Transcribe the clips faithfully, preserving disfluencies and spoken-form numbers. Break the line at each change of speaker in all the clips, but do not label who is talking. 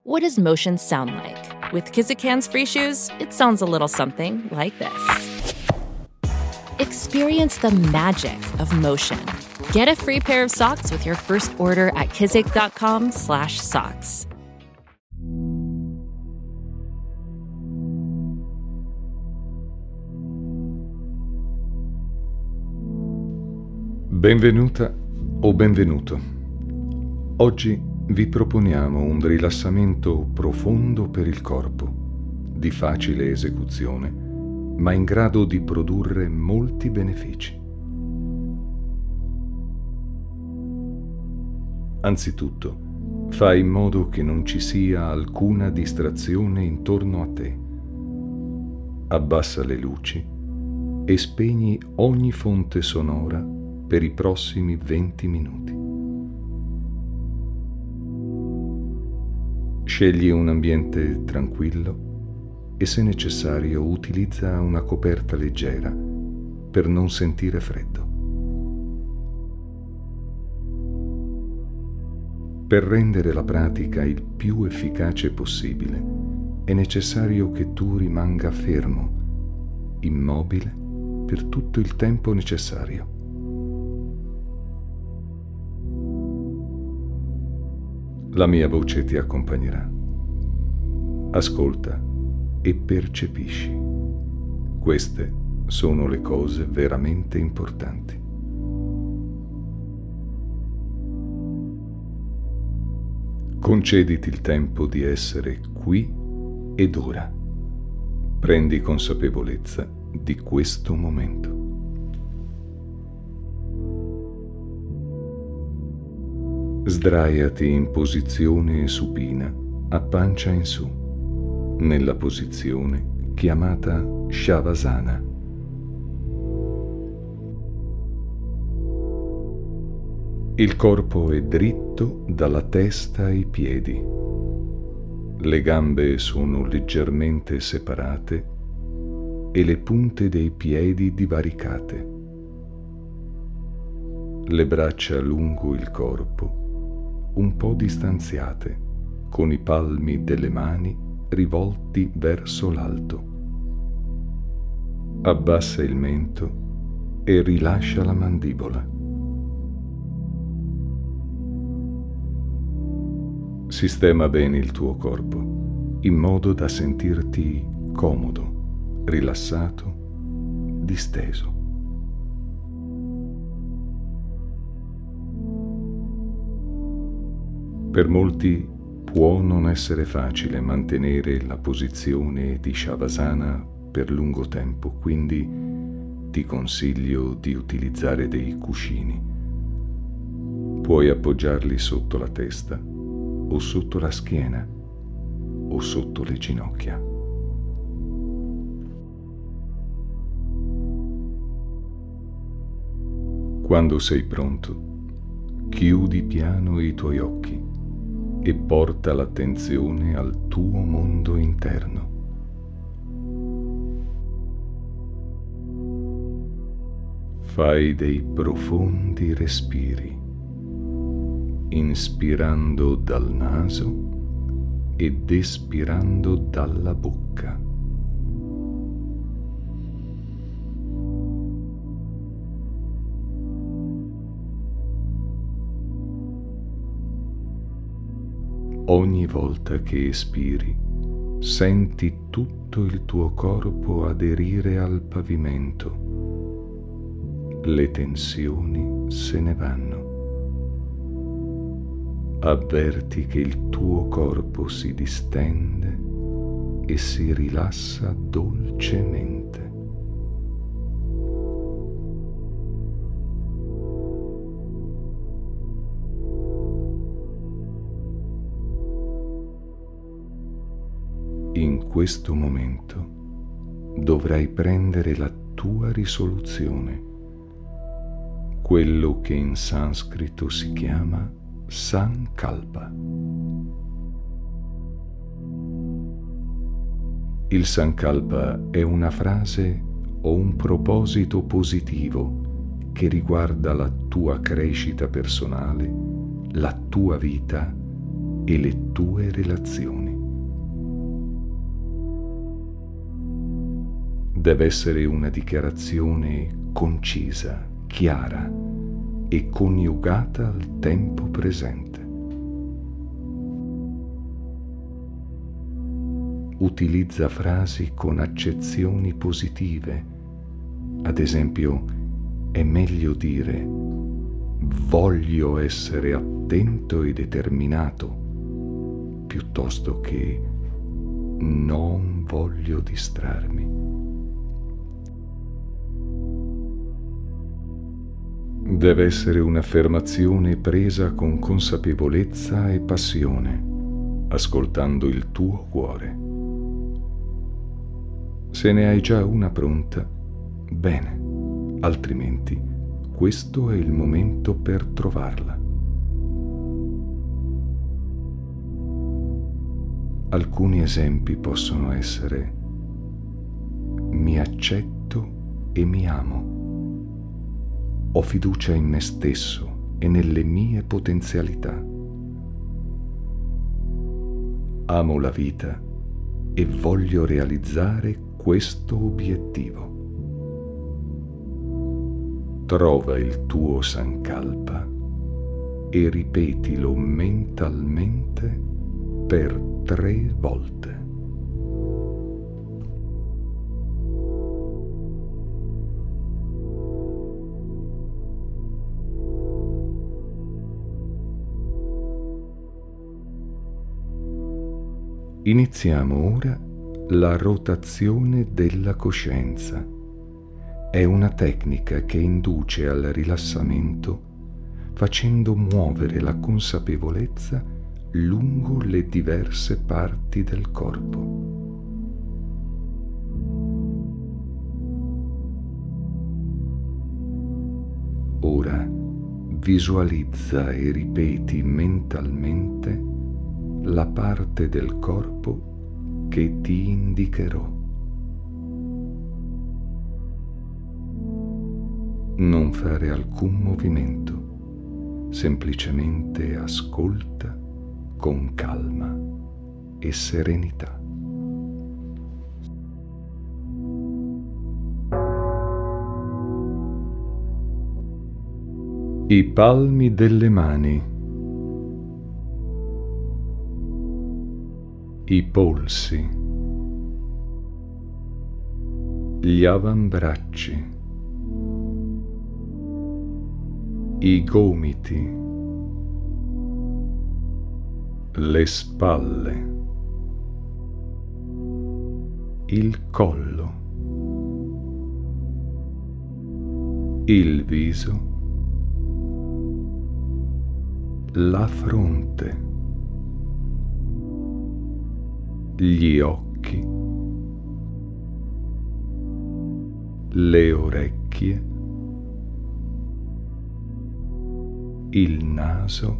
What does motion sound like? With Kizikans free shoes, it sounds a little something like this. Experience the magic of motion. Get a free pair of socks with your first order at kizik.com slash socks.
Benvenuta o benvenuto. Oggi vi proponiamo un rilassamento profondo per il corpo, di facile esecuzione, ma in grado di produrre molti benefici. Anzitutto, fai in modo che non ci sia alcuna distrazione intorno a te. Abbassa le luci e spegni ogni fonte sonora per i prossimi venti minuti. Scegli un ambiente tranquillo e, se necessario, utilizza una coperta leggera per non sentire freddo. Per rendere la pratica il più efficace possibile, è necessario che tu rimanga fermo, immobile, per tutto il tempo necessario. La mia voce ti accompagnerà. Ascolta e percepisci. Queste sono le cose veramente importanti. Concediti il tempo di essere qui ed ora. Prendi consapevolezza di questo momento. Sdraiati in posizione supina, a pancia in su, nella posizione chiamata Shavasana. Il corpo è dritto dalla testa ai piedi. Le gambe sono leggermente separate e le punte dei piedi divaricate. Le braccia lungo il corpo un po' distanziate, con i palmi delle mani rivolti verso l'alto. Abbassa il mento e rilascia la mandibola. Sistema bene il tuo corpo, in modo da sentirti comodo, rilassato, disteso. Per molti può non essere facile mantenere la posizione di Shavasana per lungo tempo, quindi ti consiglio di utilizzare dei cuscini. Puoi appoggiarli sotto la testa o sotto la schiena o sotto le ginocchia. Quando sei pronto, chiudi piano i tuoi occhi e porta l'attenzione al tuo mondo interno. Fai dei profondi respiri, inspirando dal naso ed espirando dalla bocca. Ogni volta che espiri, senti tutto il tuo corpo aderire al pavimento. Le tensioni se ne vanno. Avverti che il tuo corpo si distende e si rilassa dolcemente. In questo momento dovrai prendere la tua risoluzione, quello che in sanscrito si chiama Sankalpa. Il Sankalpa è una frase o un proposito positivo che riguarda la tua crescita personale, la tua vita e le tue relazioni. Deve essere una dichiarazione concisa, chiara e coniugata al tempo presente. Utilizza frasi con accezioni positive. Ad esempio, è meglio dire voglio essere attento e determinato piuttosto che non voglio distrarmi. Deve essere un'affermazione presa con consapevolezza e passione, ascoltando il tuo cuore. Se ne hai già una pronta, bene, altrimenti questo è il momento per trovarla. Alcuni esempi possono essere: mi accetto e mi amo. Ho fiducia in me stesso e nelle mie potenzialità. Amo la vita e voglio realizzare questo obiettivo. Trova il tuo sankalpa e ripetilo mentalmente per tre volte. Iniziamo ora la rotazione della coscienza. È una tecnica che induce al rilassamento facendo muovere la consapevolezza lungo le diverse parti del corpo. Ora visualizza e ripeti mentalmente la parte del corpo che ti indicherò. Non fare alcun movimento, semplicemente ascolta con calma e serenità. I palmi delle mani, i polsi, gli avambracci, i gomiti, le spalle, il collo, il viso, la fronte, gli occhi, le orecchie, il naso,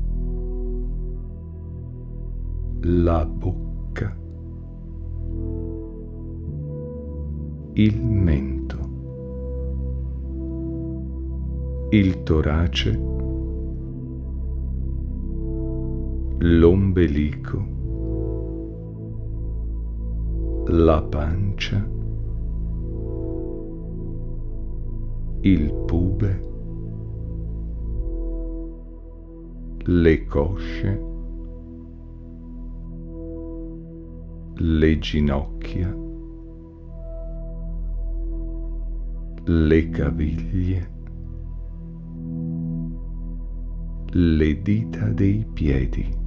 la bocca, il mento, il torace, l'ombelico, la pancia, il pube, le cosce, le ginocchia, le caviglie, le dita dei piedi.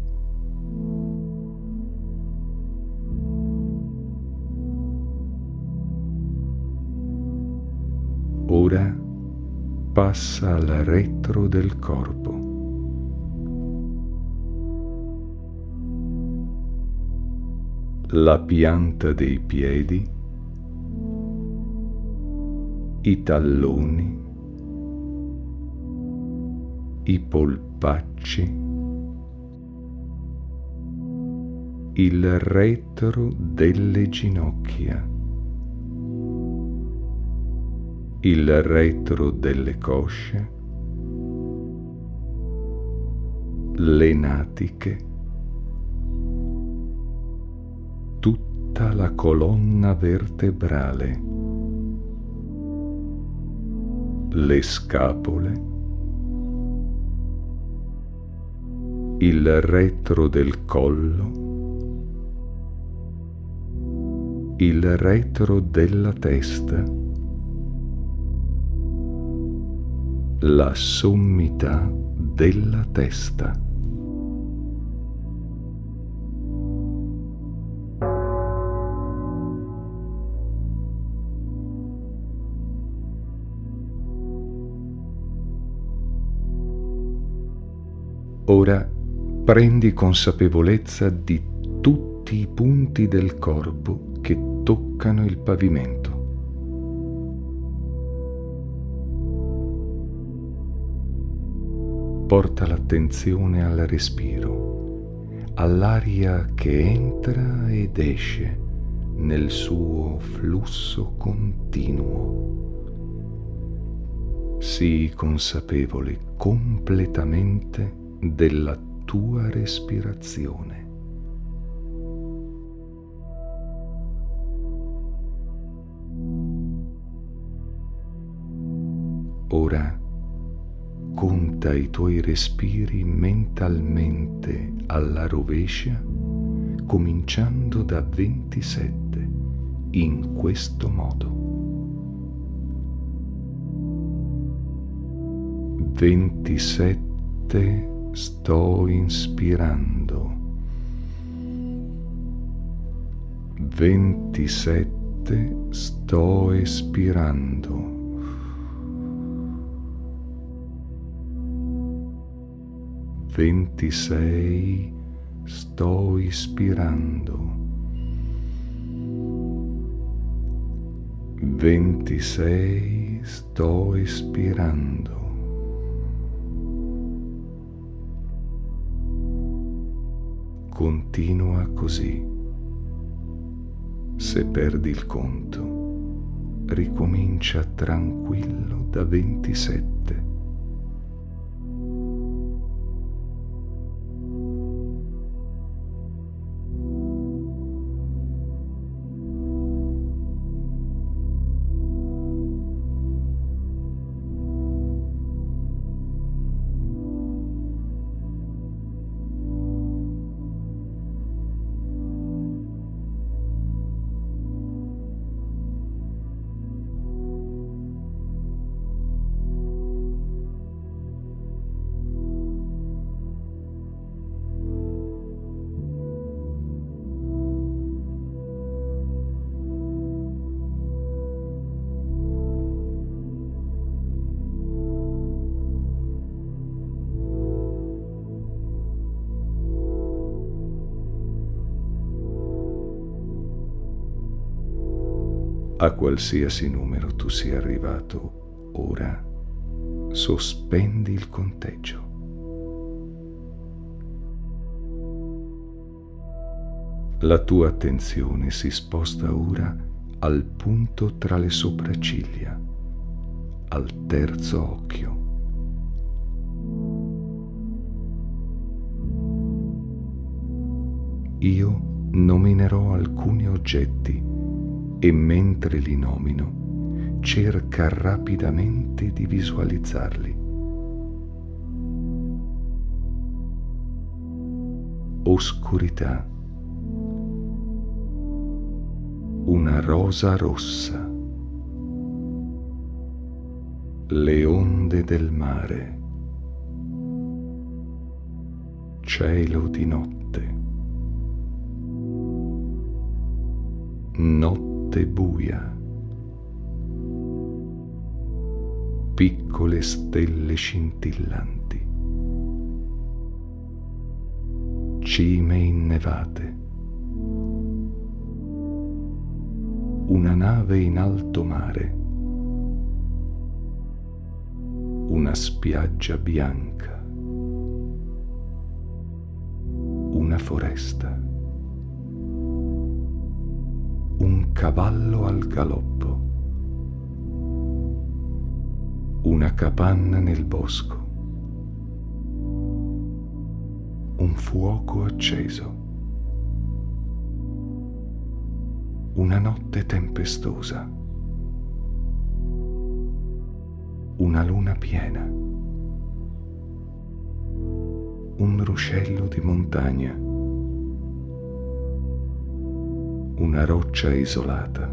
Ora passa al retro del corpo. La pianta dei piedi, i talloni, i polpacci, il retro delle ginocchia, il retro delle cosce, le natiche, tutta la colonna vertebrale, le scapole, il retro del collo, il retro della testa, la sommità della testa. Ora prendi consapevolezza di tutti i punti del corpo che toccano il pavimento. Porta l'attenzione al respiro, all'aria che entra ed esce nel suo flusso continuo. Sii consapevole completamente della tua respirazione. Ora conta i tuoi respiri mentalmente alla rovescia, cominciando da ventisette, in questo modo. ventisette sto inspirando. ventisette sto espirando. ventisei sto ispirando. ventisei sto espirando. Continua così. Se perdi il conto, ricomincia tranquillo da ventisette. A qualsiasi numero tu sia arrivato ora, sospendi il conteggio. La tua attenzione si sposta ora al punto tra le sopracciglia, al terzo occhio. Io nominerò alcuni oggetti e mentre li nomino, cerca rapidamente di visualizzarli. Oscurità. Una rosa rossa. Le onde del mare. Cielo di notte. Notte buia, piccole stelle scintillanti, cime innevate, una nave in alto mare, una spiaggia bianca, una foresta, un cavallo al galoppo, una capanna nel bosco, un fuoco acceso, una notte tempestosa, una luna piena, un ruscello di montagna, una roccia isolata,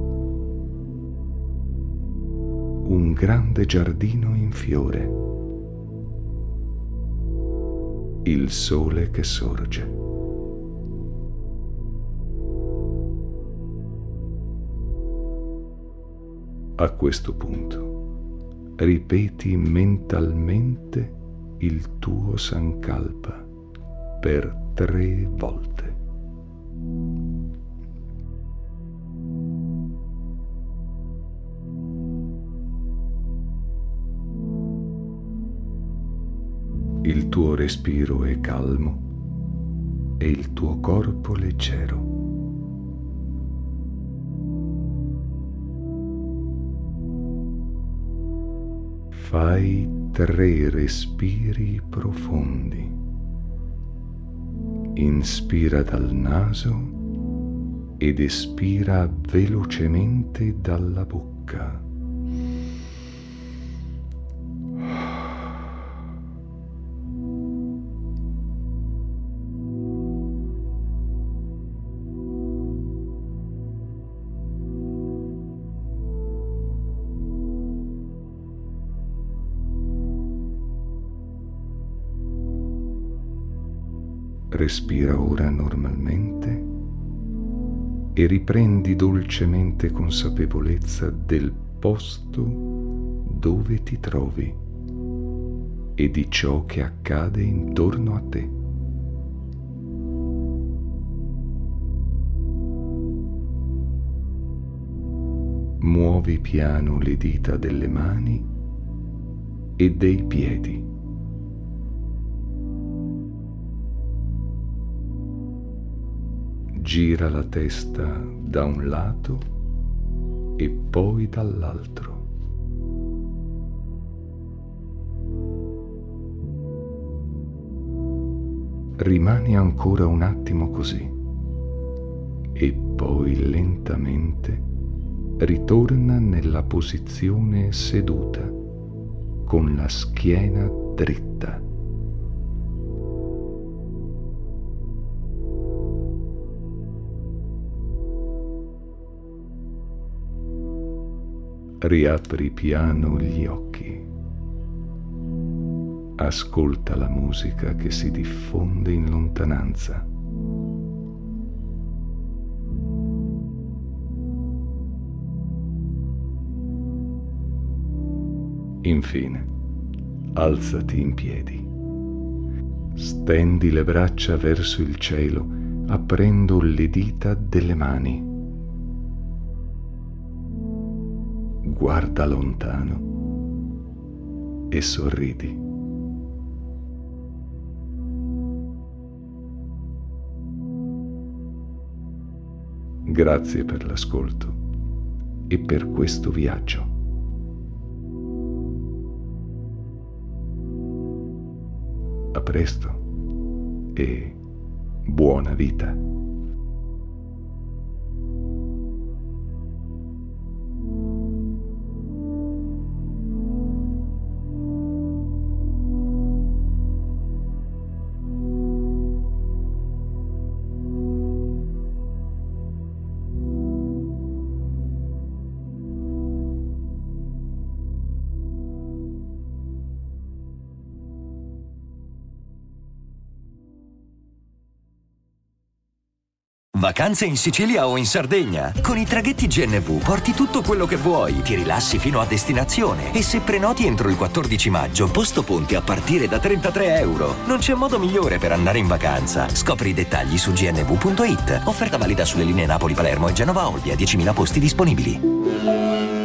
un grande giardino in fiore, il sole che sorge. A questo punto ripeti mentalmente il tuo sankalpa per tre volte. Il tuo respiro è calmo e il tuo corpo leggero. Fai tre respiri profondi. Inspira dal naso ed espira velocemente dalla bocca. Respira ora normalmente e riprendi dolcemente consapevolezza del posto dove ti trovi e di ciò che accade intorno a te. Muovi piano le dita delle mani e dei piedi. Gira la testa da un lato e poi dall'altro. Rimani ancora un attimo così e poi lentamente ritorna nella posizione seduta con la schiena dritta. Riapri piano gli occhi. Ascolta la musica che si diffonde in lontananza. Infine, alzati in piedi. Stendi le braccia verso il cielo, aprendo le dita delle mani. Guarda lontano e sorridi. Grazie per l'ascolto e per questo viaggio. A presto e buona vita.
Vacanze in Sicilia o in Sardegna. Con i traghetti G N V porti tutto quello che vuoi, ti rilassi fino a destinazione e se prenoti entro il quattordici maggio, posto ponti a partire da trentatré euro. Non c'è modo migliore per andare in vacanza. Scopri i dettagli su g n v punto i t. Offerta valida sulle linee Napoli-Palermo e Genova-Olbia, diecimila posti disponibili.